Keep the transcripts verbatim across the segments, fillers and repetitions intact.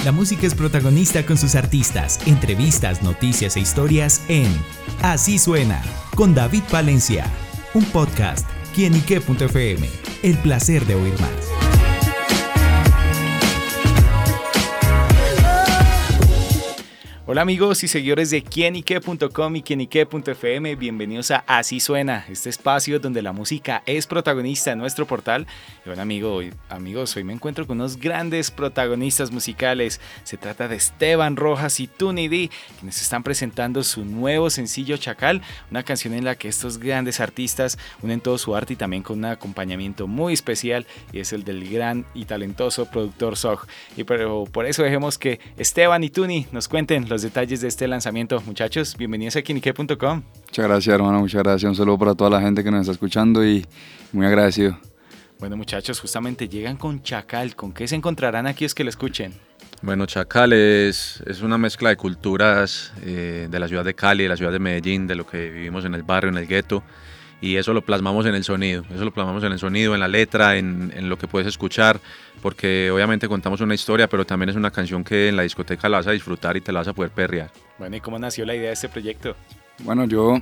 La música es protagonista con sus artistas, entrevistas, noticias e historias en Así Suena, con David Valencia, un podcast, quienique punto efe eme, el placer de oír más. Hola amigos y seguidores de quienique punto com y quienique punto efe eme, bienvenidos a Así Suena, este espacio donde la música es protagonista en nuestro portal. Y bueno amigo, hoy, amigos, hoy me encuentro con unos grandes protagonistas musicales. Se trata de Esteban Rojas y Tuni D, quienes están presentando su nuevo sencillo Chacal, una canción en la que estos grandes artistas unen todo su arte y también con un acompañamiento muy especial, y es el del gran y talentoso productor Zog. Y pero por eso dejemos que Esteban y Tuni nos cuenten los detalles de este lanzamiento. Muchachos, bienvenidos a quienique punto com. Muchas gracias, hermano, muchas gracias. Un saludo para toda la gente que nos está escuchando y muy agradecido. Bueno, muchachos, justamente llegan con Chacal. ¿Con qué se encontrarán aquellos que lo escuchen? Bueno, Chacal es, es una mezcla de culturas eh, de la ciudad de Cali, de la ciudad de Medellín, de lo que vivimos en el barrio, en el gueto. Y eso lo plasmamos en el sonido, eso lo plasmamos en el sonido, en la letra, en, en lo que puedes escuchar, porque obviamente contamos una historia, pero también es una canción que en la discoteca la vas a disfrutar y te la vas a poder perrear. Bueno, ¿y cómo nació la idea de este proyecto? Bueno, yo,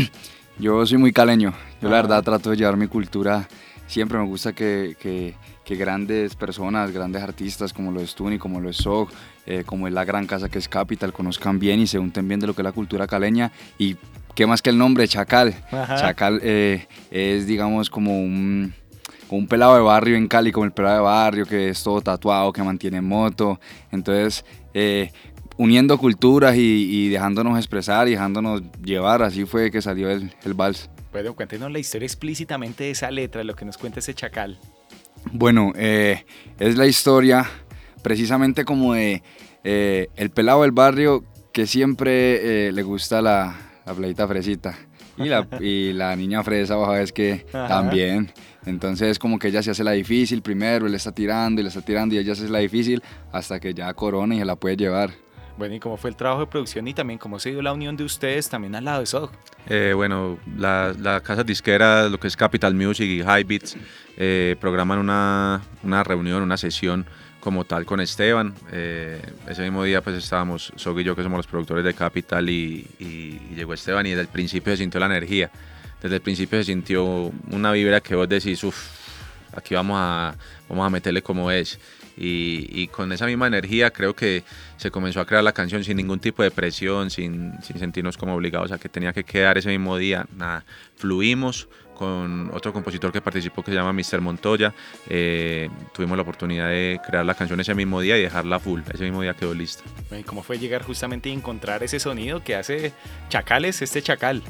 yo soy muy caleño, yo la verdad trato de llevar mi cultura, siempre me gusta que, que, que grandes personas, grandes artistas como lo es Tuni, como lo es Zog, eh, como es la gran casa que es Capital, conozcan bien y se unten bien de lo que es la cultura caleña. Y qué más que el nombre, Chacal. Ajá. Chacal eh, es, digamos, como un, como un pelado de barrio en Cali, como el pelado de barrio que es todo tatuado, que mantiene moto. Entonces, eh, uniendo culturas y, y dejándonos expresar y dejándonos llevar, así fue que salió el, el vals. Bueno, cuéntenos la historia explícitamente de esa letra, lo que nos cuenta ese Chacal. Bueno, eh, es la historia precisamente como de eh, el pelado del barrio que siempre eh, le gusta la... la playita fresita y la, y la niña fresa baja es que Ajá. también, entonces como que ella se hace la difícil primero, él está tirando y le está tirando y ella se hace la difícil hasta que ya corona y se la puede llevar. Bueno, ¿y cómo fue el trabajo de producción y también cómo se dio la unión de ustedes también al lado de Zog? Eh, bueno, la, la casa disquera, lo que es Capital Music y High Beats, eh, programan una, una reunión, una sesión como tal con Esteban. Eh, ese mismo día pues estábamos Zog y yo, que somos los productores de Capital, y, y, y llegó Esteban y desde el principio se sintió la energía, desde el principio se sintió una vibra que vos decís, uff, aquí vamos a, vamos a meterle como es. Y, y con esa misma energía creo que se comenzó a crear la canción sin ningún tipo de presión, sin, sin sentirnos como obligados a que tenía que quedar ese mismo día, nada, fluimos con otro compositor que participó que se llama mister Montoya. Eh, tuvimos la oportunidad de crear la canción ese mismo día y dejarla full, ese mismo día quedó lista. ¿Y cómo fue llegar justamente a encontrar ese sonido que hace Chacales, este Chacal?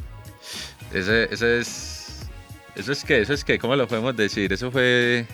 Ese, ese es, eso es que, eso es que, ¿cómo lo podemos decir? Eso fue...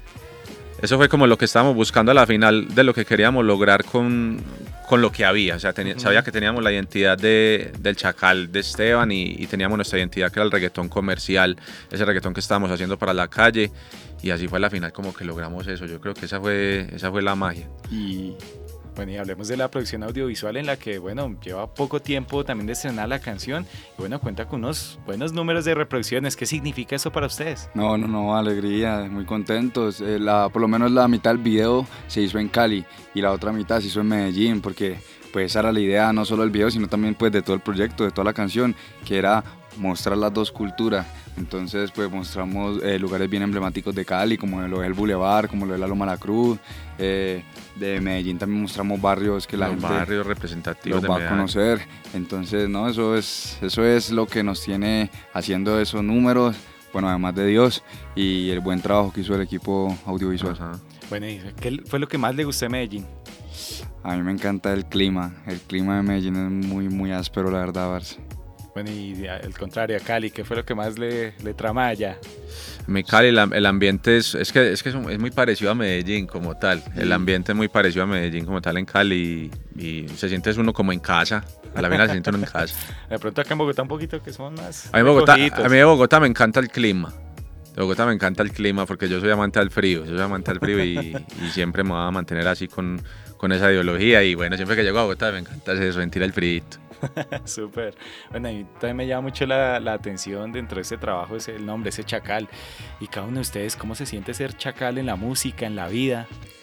Eso fue como lo que estábamos buscando a la final de lo que queríamos lograr con, con lo que había. O sea, tenía, uh-huh. sabía que teníamos la identidad de, del Chacal de Esteban y, y teníamos nuestra identidad que era el reggaetón comercial, ese reggaetón que estábamos haciendo para la calle, y así fue a la final como que logramos eso. Yo creo que esa fue, esa fue la magia. Y bueno, y hablemos de la producción audiovisual en la que, bueno, lleva poco tiempo también de estrenar la canción y bueno, cuenta con unos buenos números de reproducciones. ¿Qué significa eso para ustedes? No, no, no, alegría, muy contentos. Eh, la, por lo menos la mitad del video se hizo en Cali y la otra mitad se hizo en Medellín, porque pues esa era la idea, no solo del video, sino también pues de todo el proyecto, de toda la canción, que era mostrar las dos culturas. Entonces pues mostramos eh, lugares bien emblemáticos de Cali, como lo es el Boulevard, como lo es la Loma La Cruz. Eh, de Medellín también mostramos barrios que la los gente barrios representativos los va de a conocer. Entonces no, eso es, eso es lo que nos tiene haciendo esos números, bueno, además de Dios y el buen trabajo que hizo el equipo audiovisual. Ajá. Bueno, ¿y qué fue lo que más le gustó de Medellín? A mí me encanta el clima, el clima de Medellín es muy, muy áspero, la verdad, Barça. Bueno, y al contrario, a Cali, ¿qué fue lo que más le, le trama allá? Mi Cali, el, el ambiente es, es que, es, que es, un, es muy parecido a Medellín como tal. El ambiente es muy parecido a Medellín como tal en Cali y, y se siente uno como en casa. A la final se siente uno en casa. De pronto acá en Bogotá un poquito que son más... A mí, Bogotá, a mí de Bogotá me encanta el clima. De Bogotá me encanta el clima porque yo soy amante del frío. Yo soy amante del frío y, y siempre me voy a mantener así con, con esa ideología. Y bueno, siempre que llego a Bogotá me encanta eso, sentir el frío. Súper. Bueno, a mí también me llama mucho la, la atención dentro de este trabajo, es el nombre, ese Chacal. Y cada uno de ustedes, ¿cómo se siente ser Chacal en la música, en la vida?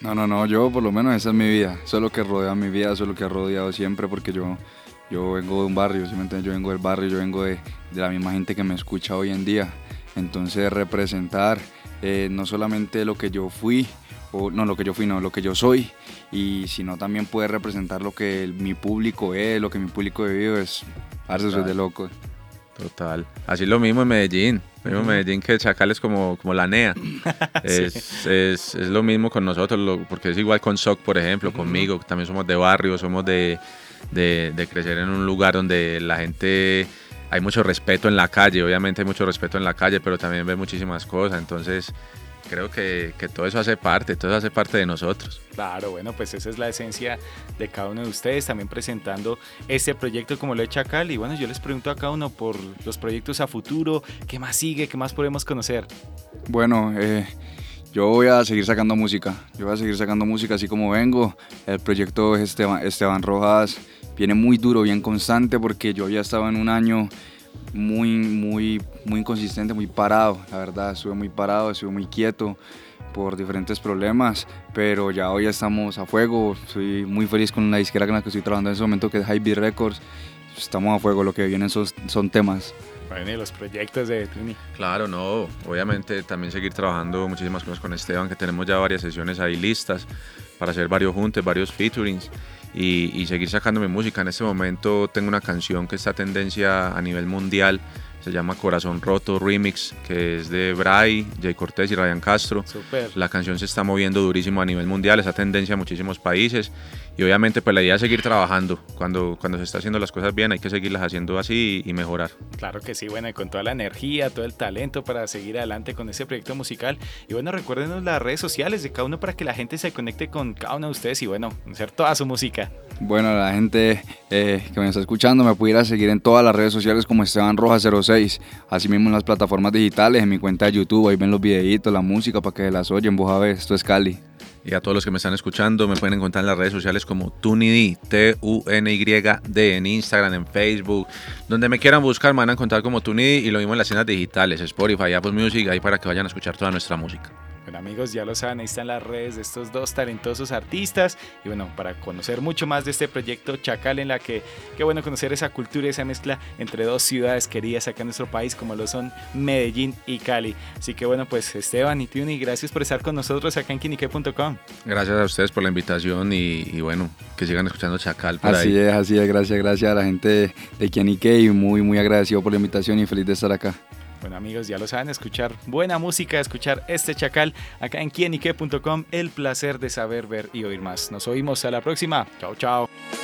No, no, no, yo por lo menos esa es mi vida, eso es lo que rodea mi vida, eso es lo que ha rodeado siempre, porque yo, yo vengo de un barrio, ¿sí me entiendes? Yo vengo del barrio, yo vengo de, de la misma gente que me escucha hoy en día, entonces representar eh, no solamente lo que yo fui, o no, lo que yo fui, no, lo que yo soy, y sino también poder representar lo que el, mi público es, lo que mi público ha vivido, es, parce, eso es de loco. Total. Así lo mismo en Medellín. Lo mismo en Medellín que Chacal es como, como la N E A. Es, sí. es, es lo mismo con nosotros, lo, porque es igual con S O C, por ejemplo, uh-huh. conmigo. También somos de barrio, somos de, de, de crecer en un lugar donde la gente... Hay mucho respeto en la calle, obviamente hay mucho respeto en la calle, pero también ve muchísimas cosas. Entonces... creo que, que todo eso hace parte, todo eso hace parte de nosotros. Claro, bueno, pues esa es la esencia de cada uno de ustedes, también presentando este proyecto como lo es Chacal. Y bueno, yo les pregunto a cada uno por los proyectos a futuro, ¿qué más sigue? ¿Qué más podemos conocer? Bueno, eh, yo voy a seguir sacando música, yo voy a seguir sacando música así como vengo. El proyecto Esteban, Esteban Rojas viene muy duro, bien constante, porque yo ya estaba en un año... muy, muy, muy inconsistente, muy parado, la verdad, estuve muy parado, estuve muy quieto por diferentes problemas, pero ya hoy estamos a fuego, estoy muy feliz con la disquera con la que estoy trabajando en ese momento, que es High Beat Records, estamos a fuego, lo que vienen son, son temas. Bueno, y los proyectos de Tuni. Claro, no, obviamente también seguir trabajando muchísimas cosas con Esteban, que tenemos ya varias sesiones ahí listas para hacer varios juntes, varios featurings. Y, y seguir sacándome música. En este momento tengo una canción que está tendencia a nivel mundial, se llama Corazón Roto Remix, que es de Bray, Jay Cortés y Ryan Castro. Super. La canción se está moviendo durísimo a nivel mundial, está tendencia a muchísimos países y obviamente pues la idea es seguir trabajando. Cuando, cuando se está haciendo las cosas bien hay que seguirlas haciendo así y, y mejorar. Claro que sí, bueno, y con toda la energía, todo el talento para seguir adelante con ese proyecto musical. Y bueno, recuérdenos las redes sociales de cada uno para que la gente se conecte con cada uno de ustedes y bueno, hacer toda su música. Bueno, la gente eh, que me está escuchando me puede ir a seguir en todas las redes sociales como Esteban Rojas cero seis, así mismo en las plataformas digitales, en mi cuenta de YouTube, ahí ven los videitos, la música para que las oyen, vos a ver, esto es Cali. Y a todos los que me están escuchando me pueden encontrar en las redes sociales como TuniD, T U N Y D, en Instagram, en Facebook, donde me quieran buscar me van a encontrar como TuniD y lo mismo en las escenas digitales, Spotify, Apple Music, ahí para que vayan a escuchar toda nuestra música. Bueno amigos, ya lo saben, ahí están las redes de estos dos talentosos artistas y bueno, para conocer mucho más de este proyecto Chacal, en la que, qué bueno conocer esa cultura y esa mezcla entre dos ciudades queridas acá en nuestro país como lo son Medellín y Cali. Así que bueno, pues Esteban y Tuni, gracias por estar con nosotros acá en quinique punto com. Gracias a ustedes por la invitación y, y bueno, que sigan escuchando Chacal por así ahí. Así es, así es, gracias, gracias a la gente de Quinique y muy, muy agradecido por la invitación y feliz de estar acá. Bueno amigos, ya lo saben, escuchar buena música, escuchar este Chacal acá en quinique punto com, el placer de saber, ver y oír más. Nos oímos a la próxima. Chao, chao.